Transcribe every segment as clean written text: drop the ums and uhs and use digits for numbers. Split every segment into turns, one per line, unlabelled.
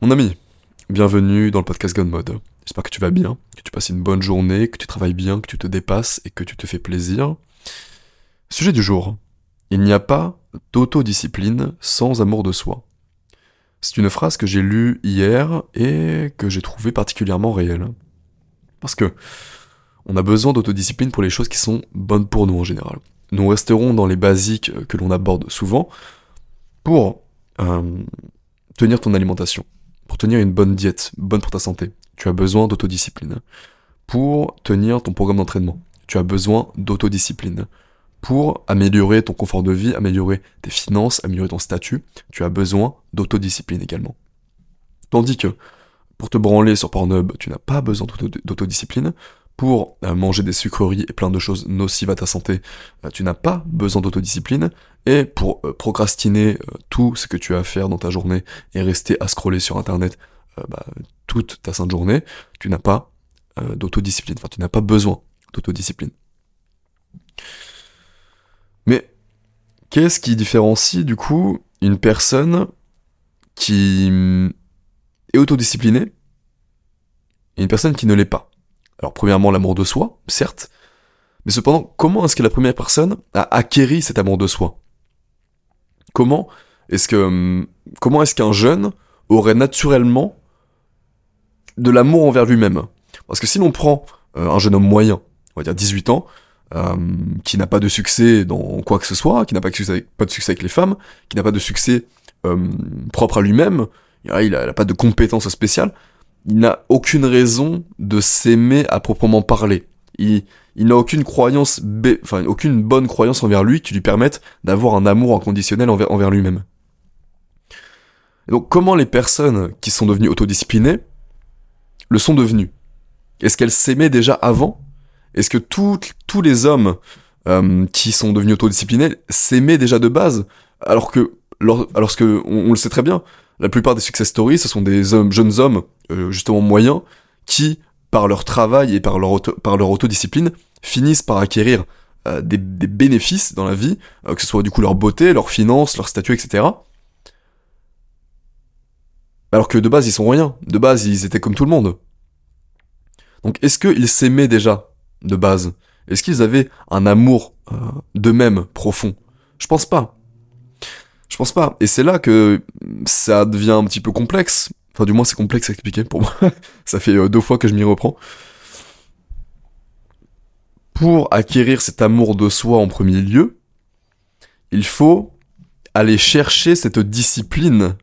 Mon ami, bienvenue dans le podcast Gone Mode. J'espère que tu vas bien, que tu passes une bonne journée, que tu travailles bien, que tu te dépasses et que tu te fais plaisir. Sujet du jour. Il n'y a pas d'autodiscipline sans amour de soi. C'est une phrase que j'ai lue hier et que j'ai trouvée particulièrement réelle. Parce que on a besoin d'autodiscipline pour les choses qui sont bonnes pour nous en général. Nous resterons dans les basiques que l'on aborde souvent pour tenir ton alimentation. Pour tenir une bonne diète, bonne pour ta santé, tu as besoin d'autodiscipline. Pour tenir ton programme d'entraînement, tu as besoin d'autodiscipline. Pour améliorer ton confort de vie, améliorer tes finances, améliorer ton statut, tu as besoin d'autodiscipline également. Tandis que pour te branler sur Pornhub, tu n'as pas besoin d'autodiscipline. Pour manger des sucreries et plein de choses nocives à ta santé, tu n'as pas besoin d'autodiscipline. Et pour procrastiner tout ce que tu as à faire dans ta journée et rester à scroller sur internet toute ta sainte journée, tu n'as pas d'autodiscipline. Enfin, tu n'as pas besoin d'autodiscipline. Mais qu'est-ce qui différencie du coup une personne qui est autodisciplinée et une personne qui ne l'est pas? Alors premièrement, l'amour de soi, certes, mais cependant, comment est-ce que la première personne a acquéri cet amour de soi? Comment est-ce qu'un jeune aurait naturellement de l'amour envers lui-même? Parce que si l'on prend un jeune homme moyen, on va dire 18 ans, qui n'a pas de succès dans quoi que ce soit, qui n'a pas de succès avec les femmes, qui n'a pas de succès propre à lui-même, il n'a pas de compétences spéciales, il n'a aucune raison de s'aimer à proprement parler. Il n'a aucune aucune bonne croyance envers lui qui lui permette d'avoir un amour inconditionnel envers lui-même. Et donc, comment les personnes qui sont devenues autodisciplinées le sont devenues? Est-ce qu'elles s'aimaient déjà avant? Est-ce que tous les hommes qui sont devenus autodisciplinés s'aimaient déjà de base? Alors que on le sait très bien, la plupart des success stories, ce sont des jeunes hommes, justement moyens, qui, par leur travail et par leur autodiscipline, finissent par acquérir des bénéfices dans la vie, que ce soit du coup leur beauté, leur finance, leur statut, etc. Alors que de base, ils sont rien. De base, ils étaient comme tout le monde. Donc, est-ce qu'ils s'aimaient déjà, de base? Est-ce qu'ils avaient un amour d'eux-mêmes profond? Je pense pas. Je pense pas. Et c'est là que ça devient un petit peu complexe. Enfin, du moins, c'est complexe à expliquer pour moi. Ça fait 2 fois que je m'y reprends. Pour acquérir cet amour de soi en premier lieu, il faut aller chercher cette discipline.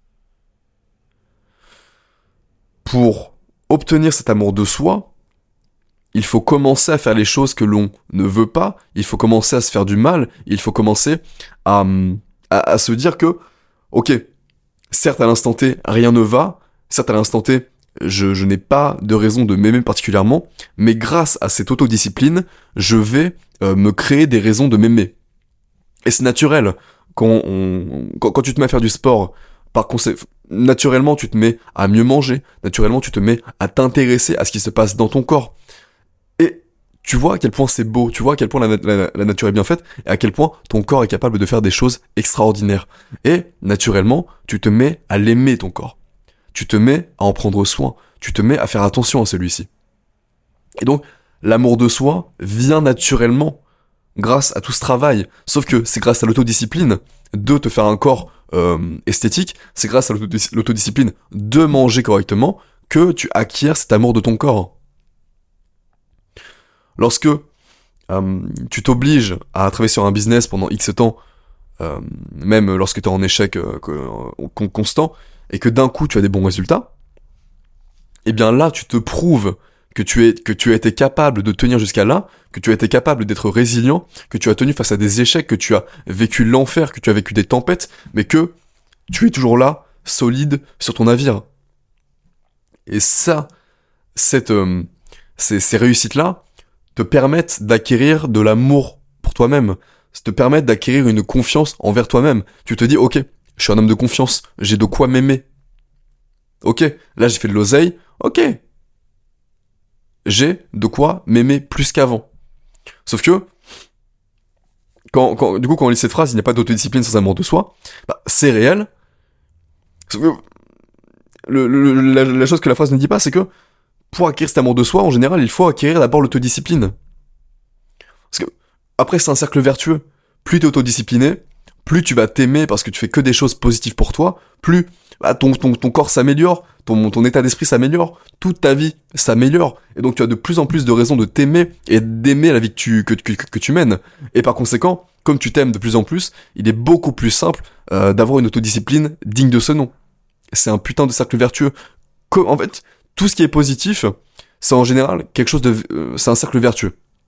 Pour obtenir cet amour de soi, il faut commencer à faire les choses que l'on ne veut pas, il faut commencer à se faire du mal, il faut commencer à se dire que, ok, certes à l'instant T, rien ne va, certes à l'instant T, je n'ai pas de raison de m'aimer particulièrement, mais grâce à cette autodiscipline, je vais me créer des raisons de m'aimer. Et c'est naturel, quand tu te mets à faire du sport, naturellement tu te mets à mieux manger, naturellement tu te mets à t'intéresser à ce qui se passe dans ton corps. Et tu vois à quel point c'est beau, tu vois à quel point la nature est bien faite, et à quel point ton corps est capable de faire des choses extraordinaires. Et, naturellement, tu te mets à l'aimer, ton corps. Tu te mets à en prendre soin. Tu te mets à faire attention à celui-ci. Et donc, l'amour de soi vient naturellement grâce à tout ce travail. Sauf que c'est grâce à l'autodiscipline de te faire un corps esthétique, c'est grâce à l'autodiscipline de manger correctement que tu acquiers cet amour de ton corps. Lorsque tu t'obliges à travailler sur un business pendant X temps, même lorsque tu es en échec constant, et que d'un coup tu as des bons résultats, eh bien là tu te prouves que tu as été capable de tenir jusqu'à là, que tu as été capable d'être résilient, que tu as tenu face à des échecs, que tu as vécu l'enfer, que tu as vécu des tempêtes, mais que tu es toujours là, solide sur ton navire. Et ça, ces réussites-là, te permettent d'acquérir de l'amour pour toi-même, te permettent d'acquérir une confiance envers toi-même. Tu te dis, ok, je suis un homme de confiance, j'ai de quoi m'aimer. Ok, là j'ai fait de l'oseille, ok. J'ai de quoi m'aimer plus qu'avant. Sauf que, quand on lit cette phrase, il n'y a pas d'autodiscipline sans amour de soi, c'est réel. Sauf que, la chose que la phrase ne dit pas, c'est que pour acquérir cet amour de soi, en général, il faut acquérir d'abord l'autodiscipline. Parce que, après, c'est un cercle vertueux. Plus t'es autodiscipliné, plus tu vas t'aimer parce que tu fais que des choses positives pour toi, plus ton corps s'améliore, ton état d'esprit s'améliore, toute ta vie s'améliore, et donc tu as de plus en plus de raisons de t'aimer et d'aimer la vie que tu mènes. Et par conséquent, comme tu t'aimes de plus en plus, il est beaucoup plus simple d'avoir une autodiscipline digne de ce nom. C'est un putain de cercle vertueux. En fait, tout ce qui est positif, c'est en général quelque chose de... c'est un cercle vertueux.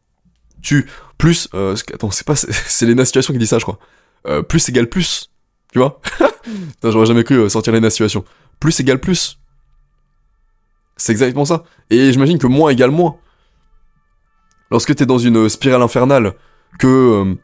Attends, c'est Lena Situation qui dit ça, je crois. Plus égale plus, tu vois. Putain, j'aurais jamais cru sortir Lena Situation. Plus égale plus. C'est exactement ça. Et j'imagine que moins égale moins. Lorsque t'es dans une spirale infernale, que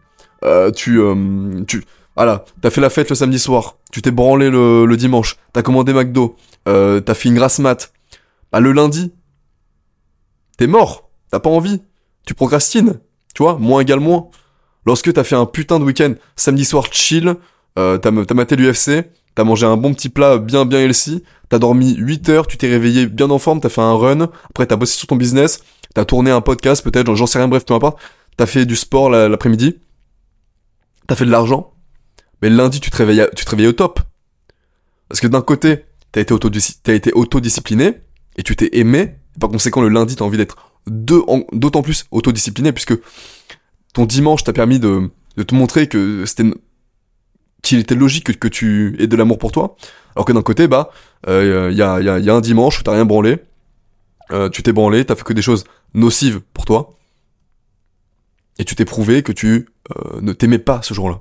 voilà, t'as fait la fête le samedi soir, tu t'es branlé le dimanche, t'as commandé McDo, t'as fait une grasse mat, bah le lundi, t'es mort, t'as pas envie, tu procrastines, tu vois, moins égale moins. Lorsque t'as fait un putain de week-end, samedi soir chill, t'as maté l'UFC, t'as mangé un bon petit plat bien healthy, t'as dormi 8 heures, tu t'es réveillé bien en forme, t'as fait un run, après t'as bossé sur ton business, t'as tourné un podcast peut-être, j'en sais rien, bref, peu importe, t'as fait du sport l'après-midi, t'as fait de l'argent, mais le lundi tu te réveilles au top. Parce que d'un côté, t'as été autodiscipliné, et tu t'es aimé, et par conséquent le lundi t'as envie d'être d'autant plus autodiscipliné, puisque ton dimanche t'a permis de te montrer que qu'il était logique que tu aies de l'amour pour toi, alors que d'un côté, y a un dimanche où t'as rien branlé, tu t'es branlé, t'as fait que des choses nocives pour toi, et tu t'es prouvé que tu ne t'aimais pas ce jour-là.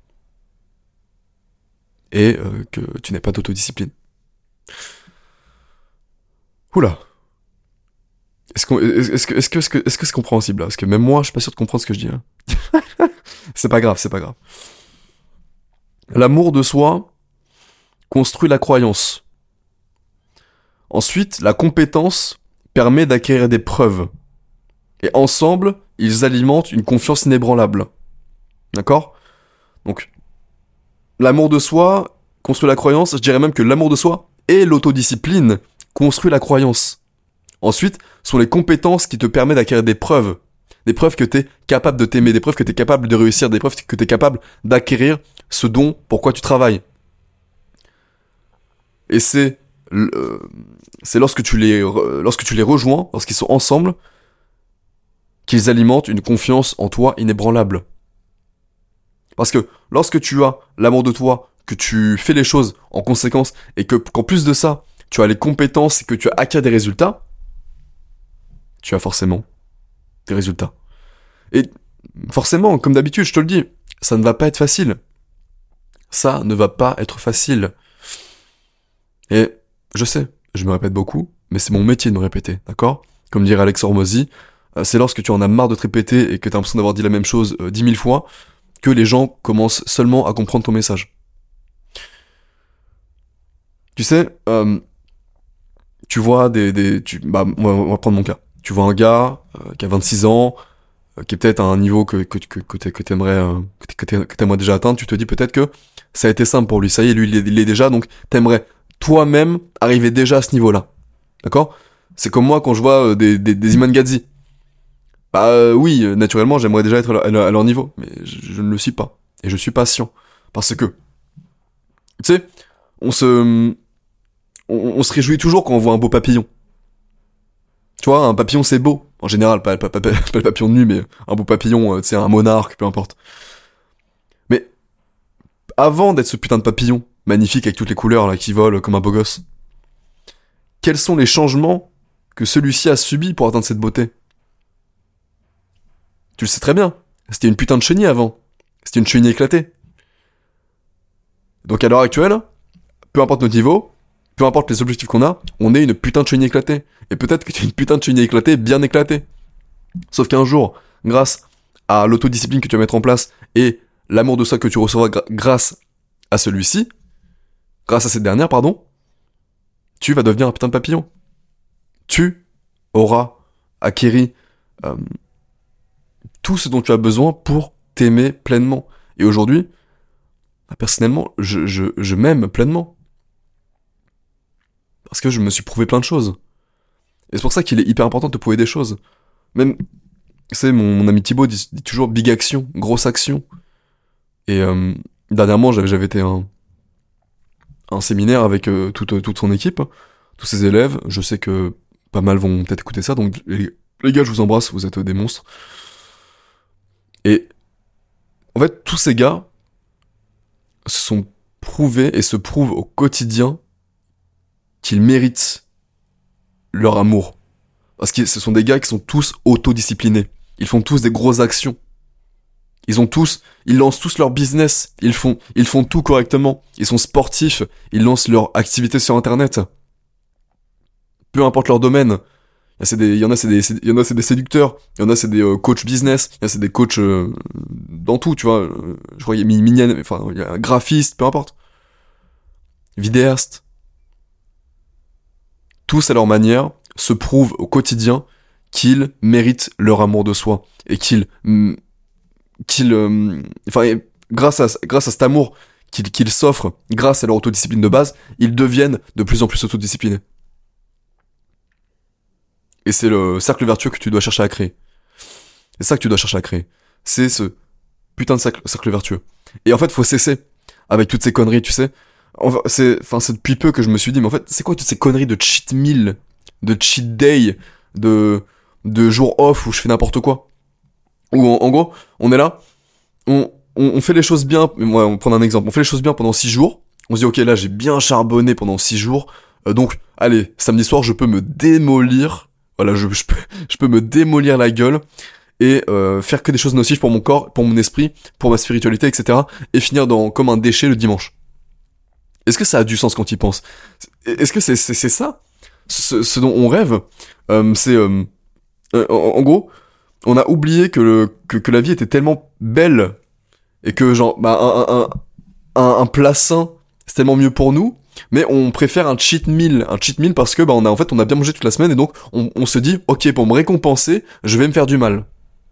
Et que tu n'as pas d'autodiscipline. Oula. Est-ce que c'est compréhensible là? Parce que même moi, je suis pas sûr de comprendre ce que je dis. Hein. C'est pas grave. L'amour de soi construit la croyance. Ensuite, la compétence permet d'acquérir des preuves. Et ensemble, ils alimentent une confiance inébranlable. D'accord? Donc, l'amour de soi construit la croyance. Je dirais même que l'amour de soi et l'autodiscipline construit la croyance. Ensuite, sont les compétences qui te permettent d'acquérir des preuves. Des preuves que t'es capable de t'aimer, des preuves que t'es capable de réussir, des preuves que t'es capable d'acquérir ce dont pourquoi tu travailles. Et c'est lorsque tu les rejoins, lorsqu'ils sont ensemble, qu'ils alimentent une confiance en toi inébranlable. Parce que lorsque tu as l'amour de toi, que tu fais les choses en conséquence, et qu'en plus de ça, tu as les compétences et que tu acquiers des résultats, tu as forcément des résultats. Et forcément, comme d'habitude, je te le dis, ça ne va pas être facile. Ça ne va pas être facile. Et je sais, je me répète beaucoup, mais c'est mon métier de me répéter, d'accord? Comme dirait Alex Hormozy, c'est lorsque tu en as marre de te répéter et que tu as l'impression d'avoir dit la même chose 10 000 fois que les gens commencent seulement à comprendre ton message. Tu sais, tu vois on va prendre mon cas. Tu vois un gars qui a 26 ans, qui est peut-être à un niveau que t'aimerais déjà atteindre, tu te dis peut-être que ça a été simple pour lui, ça y est, lui il est déjà, donc t'aimerais toi-même arriver déjà à ce niveau-là. D'accord? C'est comme moi quand je vois des Iman Gadzhi. Oui, naturellement j'aimerais déjà être à leur niveau, mais je ne le suis pas. Et je suis patient. Parce que, tu sais, on se réjouit toujours quand on voit un beau papillon. Tu vois, un papillon c'est beau. En général, pas le papillon de nuit, mais un beau papillon, tu sais, un monarque, peu importe. Mais, avant d'être ce putain de papillon, magnifique avec toutes les couleurs là qui volent comme un beau gosse, quels sont les changements que celui-ci a subis pour atteindre cette beauté? Tu le sais très bien. C'était une putain de chenille avant. C'était une chenille éclatée. Donc à l'heure actuelle, peu importe notre niveau, peu importe les objectifs qu'on a, on est une putain de chenille éclatée. Et peut-être que tu es une putain de chenille éclatée, bien éclatée. Sauf qu'un jour, grâce à l'autodiscipline que tu vas mettre en place et l'amour de soi que tu recevras grâce à celui-ci, grâce à cette dernière, pardon, tu vas devenir un putain de papillon. Tu auras acquéri tout ce dont tu as besoin pour t'aimer pleinement. Et aujourd'hui, personnellement, je m'aime pleinement. Parce que je me suis prouvé plein de choses. Et c'est pour ça qu'il est hyper important de te prouver des choses. Même, c'est mon ami Thibaut dit toujours big action, grosse action. Et dernièrement, j'avais été à un séminaire avec toute son équipe, tous ses élèves. Je sais que pas mal vont peut-être écouter ça, donc les gars, je vous embrasse, vous êtes des monstres. Et en fait, tous ces gars se sont prouvés et se prouvent au quotidien qu'ils méritent leur amour. Parce que ce sont des gars qui sont tous autodisciplinés. Ils font tous des grosses actions. Ils lancent tous leur business. Ils font tout correctement. Ils sont sportifs. Ils lancent leur activité sur Internet. Peu importe leur domaine. Il y en a, c'est des séducteurs. Il y en a, c'est des coachs business. Il y en a, c'est des coachs dans tout, tu vois. Je crois qu'il y a il y a un graphiste, peu importe. Vidéaste. Tous à leur manière se prouvent au quotidien qu'ils méritent leur amour de soi et grâce à cet amour qu'ils s'offrent, grâce à leur autodiscipline de base, ils deviennent de plus en plus autodisciplinés. Et c'est le cercle vertueux que tu dois chercher à créer. C'est ça que tu dois chercher à créer. C'est ce putain de cercle vertueux. Et en fait, faut cesser avec toutes ces conneries, tu sais. C'est depuis peu que je me suis dit, mais en fait, c'est quoi toutes ces conneries de cheat meal, de cheat day, de jour off où je fais n'importe quoi. Où en gros, on est là, on fait les choses bien, on va prendre un exemple, on fait les choses bien pendant 6 jours, on se dit ok là j'ai bien charbonné pendant 6 jours, donc allez, samedi soir je peux me démolir, voilà, je peux me démolir la gueule, et faire que des choses nocives pour mon corps, pour mon esprit, pour ma spiritualité, etc. Et finir comme un déchet le dimanche. Est-ce que ça a du sens quand il pense? Est-ce que c'est ça ce dont on rêve? En gros, on a oublié que la vie était tellement belle et que genre un plat sain c'est tellement mieux pour nous, mais on préfère un cheat meal parce que on a bien mangé toute la semaine et donc on se dit ok, pour me récompenser je vais me faire du mal.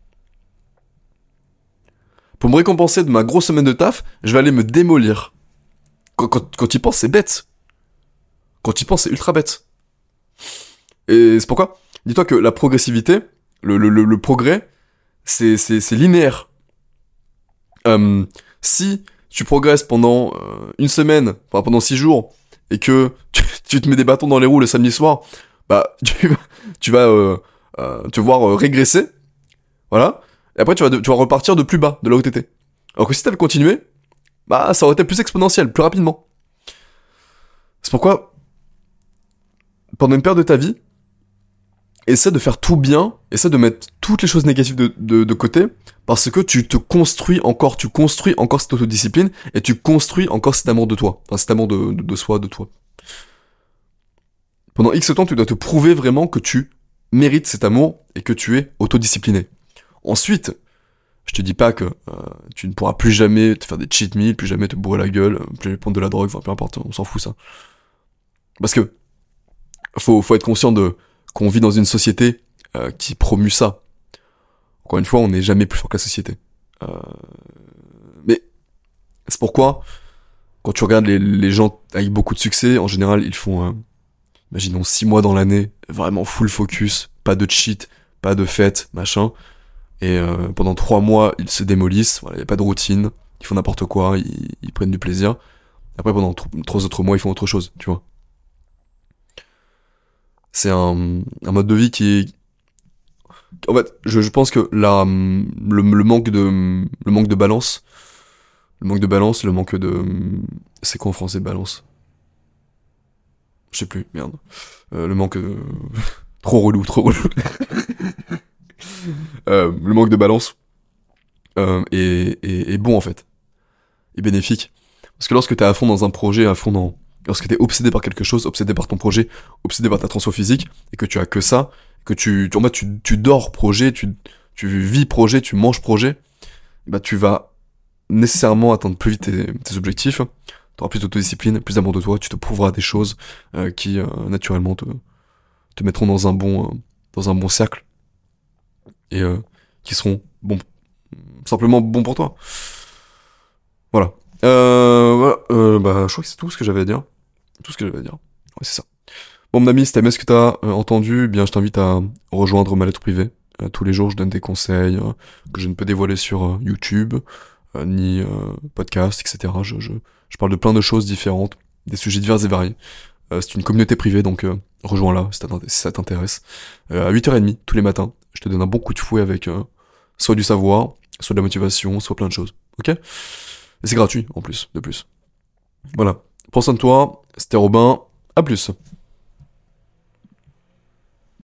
Pour me récompenser de ma grosse semaine de taf, je vais aller me démolir. Quand tu y penses, c'est bête. Quand tu y penses, c'est ultra bête. Et c'est pourquoi, dis-toi que la progressivité, le progrès, c'est linéaire. Si tu progresses pendant une semaine, pendant 6 jours, et que tu te mets des bâtons dans les roues le samedi soir, tu vas voir régresser, voilà, et après tu vas repartir de plus bas, de là où t'étais. Alors que si t'avais continué, ça aurait été plus exponentiel, plus rapidement. C'est pourquoi, pendant une période de ta vie, essaie de faire tout bien, essaie de mettre toutes les choses négatives de côté, parce que tu construis encore cette autodiscipline, et tu construis encore cet amour de toi, enfin cet amour de soi, de toi. Pendant X temps, tu dois te prouver vraiment que tu mérites cet amour, et que tu es autodiscipliné. Ensuite, je te dis pas que tu ne pourras plus jamais te faire des cheat meals, plus jamais te bourrer la gueule, plus jamais prendre de la drogue, enfin peu importe, on s'en fout ça. Parce que faut être conscient qu'on vit dans une société qui promue ça. Encore une fois, on n'est jamais plus fort que la société. Mais c'est pourquoi, quand tu regardes les gens avec beaucoup de succès, en général, ils font, imaginons 6 mois dans l'année, vraiment full focus, pas de cheat, pas de fête, machin. Et pendant 3 mois, ils se démolissent, voilà, y a pas de routine, ils font n'importe quoi, ils prennent du plaisir. Après, pendant 3 autres mois, ils font autre chose, tu vois. C'est un mode de vie qui est... En fait, je pense que le manque de balance, c'est quoi en français, balance? Je sais plus, merde. Le manque de... trop relou. Le manque de balance est bon en fait, est bénéfique. Parce que lorsque t'es à fond dans un projet, lorsque t'es obsédé par quelque chose, obsédé par ton projet, obsédé par ta transformation physique, et que tu as que ça, que tu dors projet, tu vis projet, tu manges projet, tu vas nécessairement atteindre plus vite tes objectifs, t'auras plus d'autodiscipline, plus d'amour de toi, tu te prouveras des choses qui naturellement te mettront dans un bon cercle, et qui seront simplement bons pour toi. Voilà. Je crois que c'est tout ce que j'avais à dire. Ouais, c'est ça. Bon, mon ami, si t'as aimé ce que t'as entendu, eh bien, je t'invite à rejoindre ma lettre privée. Tous les jours, je donne des conseils que je ne peux dévoiler sur YouTube, ni podcast, etc. Je parle de plein de choses différentes, des sujets divers et variés. C'est une communauté privée, donc rejoins-la si ça t'intéresse. À 8h30, tous les matins, je te donne un bon coup de fouet avec soit du savoir, soit de la motivation, soit plein de choses. Ok? Et c'est gratuit, en plus, de plus. Voilà. Prends soin de toi, c'était Robin, à plus.